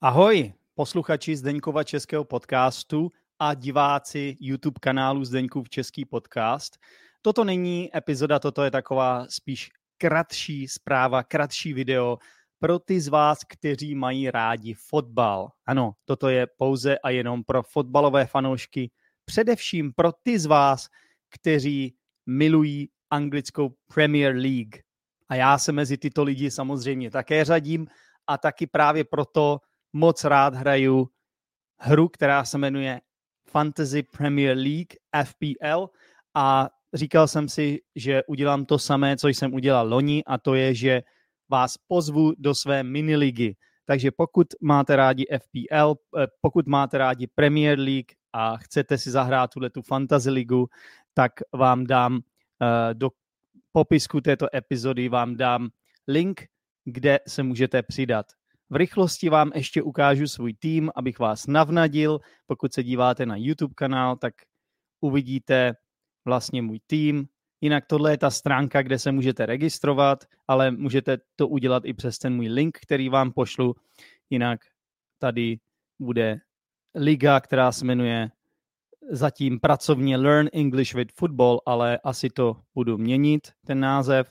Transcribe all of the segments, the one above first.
Ahoj, posluchači Zdeňkova českého podcastu a diváci YouTube kanálu Zdeňkův český podcast. Toto není epizoda, toto je taková spíš kratší zpráva, kratší video pro ty z vás, kteří mají rádi fotbal. Ano, toto je pouze a jenom pro fotbalové fanoušky, především pro ty z vás, kteří milují anglickou Premier League. A já se mezi tyto lidi samozřejmě také řadím a taky právě proto moc rád hraju hru, která se jmenuje Fantasy Premier League, FPL, a říkal jsem si, že udělám to samé, co jsem udělal loni, a to je, že vás pozvu do své miniligy. Takže pokud máte rádi FPL, pokud máte rádi Premier League a chcete si zahrát tu Fantasy ligu, tak vám dám do popisku této epizody vám dám link, kde se můžete přidat. V rychlosti vám ještě ukážu svůj tým, abych vás navnadil. Pokud se díváte na YouTube kanál, tak uvidíte vlastně můj tým. Jinak tohle je ta stránka, kde se můžete registrovat, ale můžete to udělat i přes ten můj link, který vám pošlu. Jinak tady bude liga, která se jmenuje zatím pracovně Learn English with Football, ale asi to budu měnit, ten název.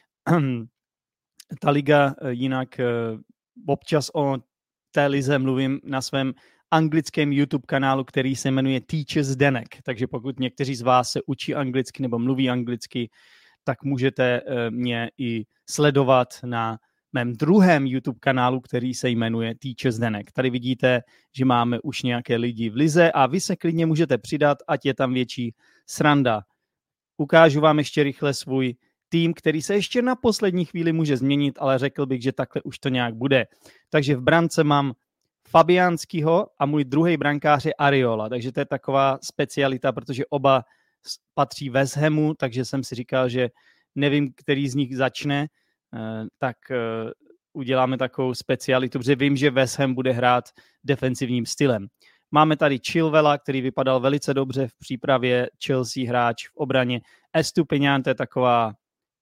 Ta liga jinak občas o té lize mluvím na svém anglickém YouTube kanálu, který se jmenuje Teacher Zdenek. Takže pokud někteří z vás se učí anglicky nebo mluví anglicky, tak můžete mě i sledovat na mém druhém YouTube kanálu, který se jmenuje Teacher Zdenek. Tady vidíte, že máme už nějaké lidi v lize a vy se klidně můžete přidat, ať je tam větší sranda. Ukážu vám ještě rychle svůj tým, který se ještě na poslední chvíli může změnit, ale řekl bych, že takhle už to nějak bude. Takže v brance mám Fabiánskýho a můj druhý brankář je Ariola, takže to je taková specialita, protože oba patří West Hamu, takže jsem si říkal, že nevím, který z nich začne, tak uděláme takovou specialitu, protože vím, že West Ham bude hrát defensivním stylem. Máme tady Chilwella, který vypadal velice dobře v přípravě, Chelsea hráč v obraně. Estupiñán, to je taková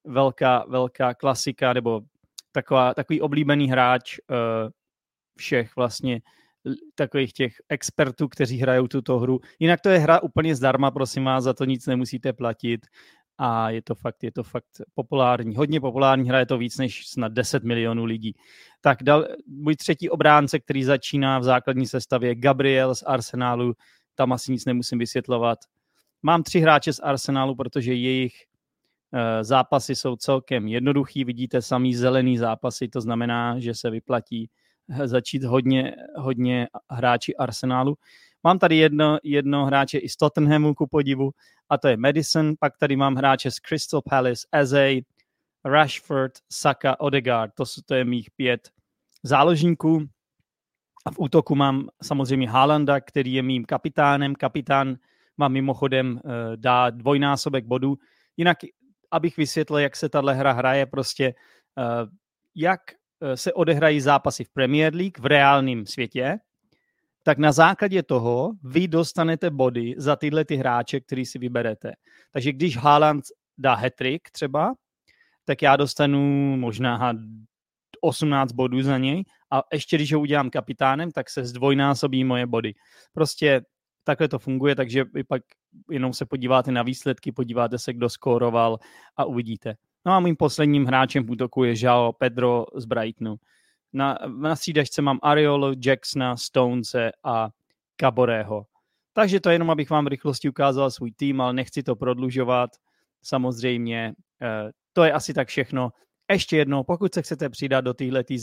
velká klasika, nebo takový oblíbený hráč všech vlastně takových těch expertů, kteří hrajou tuto hru. Jinak to je hra úplně zdarma, prosím vás, za to nic nemusíte platit a je to fakt populární. Hodně populární hra, je to víc než snad 10 milionů lidí. Tak můj třetí obránce, který začíná v základní sestavě, Gabriel z Arsenalu, tam asi nic nemusím vysvětlovat. Mám 3 hráče z Arsenalu, protože jejich zápasy jsou celkem jednoduchý, vidíte samý zelený zápasy, to znamená, že se vyplatí začít hodně hráči Arsenalu. Mám tady jedno hráče i z Tottenhamu ku podivu, a to je Madison, pak tady mám hráče z Crystal Palace, Eze, Rashford, Saka, Odegaard, to je mých 5 záložníků. A v útoku mám samozřejmě Haalanda, který je mým kapitánem. Kapitán má mimochodem dá 2násobek bodů. Jinak, abych vysvětlil, jak se tahle hra hraje, prostě jak se odehrají zápasy v Premier League v reálném světě, tak na základě toho vy dostanete body za tyhle ty hráče, který si vyberete. Takže když Haaland dá hat-trick třeba, tak já dostanu možná 18 bodů za něj a ještě když ho udělám kapitánem, tak se zdvojnásobí moje body. Prostě takhle to funguje, takže vy pak jenom se podíváte na výsledky, podíváte se, kdo skóroval a uvidíte. No a mým posledním hráčem v útoku je João Pedro z Brightonu. Na střídačce mám Ariolu, Jacksona, Stonese a Caboreho. Takže to jenom, abych vám v rychlosti ukázal svůj tým, ale nechci to prodlužovat. Samozřejmě to je asi tak všechno. Ještě jednou, pokud se chcete přidat do téhletý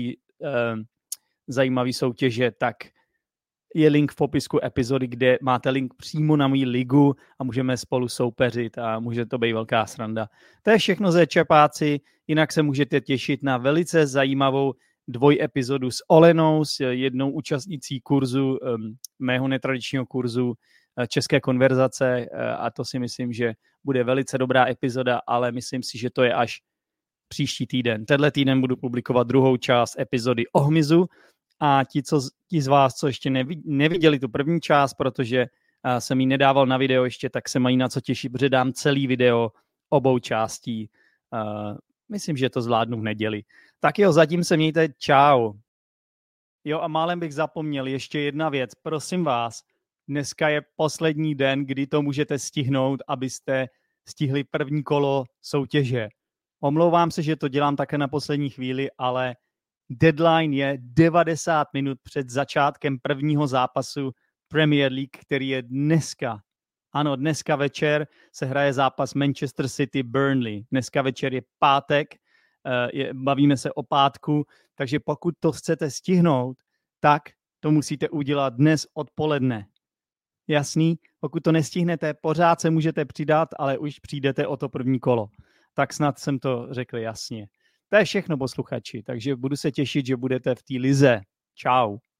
zajímavý soutěže, tak je link v popisku epizody, kde máte link přímo na moji ligu a můžeme spolu soupeřit a může to být velká sranda. To je všechno ze čepáci, jinak se můžete těšit na velice zajímavou 2 epizodu s Olenou, s jednou účastnicí kurzu, mého netradičního kurzu české konverzace, a to si myslím, že bude velice dobrá epizoda, ale myslím si, že to je až příští týden. Tenhle týden budu publikovat 2. část epizody o hmyzu a ti z vás, co ještě neviděli tu první část, protože jsem ji nedával na video ještě, tak se mají na co těšit, protože dám celý video obou částí. Myslím, že to zvládnu v neděli. Tak jo, zatím se mějte, čau. Jo, a málem bych zapomněl, ještě jedna věc. Prosím vás, dneska je poslední den, kdy to můžete stihnout, abyste stihli první kolo soutěže. Omlouvám se, že to dělám také na poslední chvíli, ale deadline je 90 minut před začátkem prvního zápasu Premier League, který je dneska. Ano, dneska večer se hraje zápas Manchester City Burnley. Dneska večer je pátek, bavíme se o pátku, takže pokud to chcete stihnout, tak to musíte udělat dnes odpoledne. Jasný? Pokud to nestihnete, pořád se můžete přidat, ale už přijdete o to první kolo. Tak snad jsem to řekl jasně. To je všechno, posluchači, takže budu se těšit, že budete v té lize. Čau.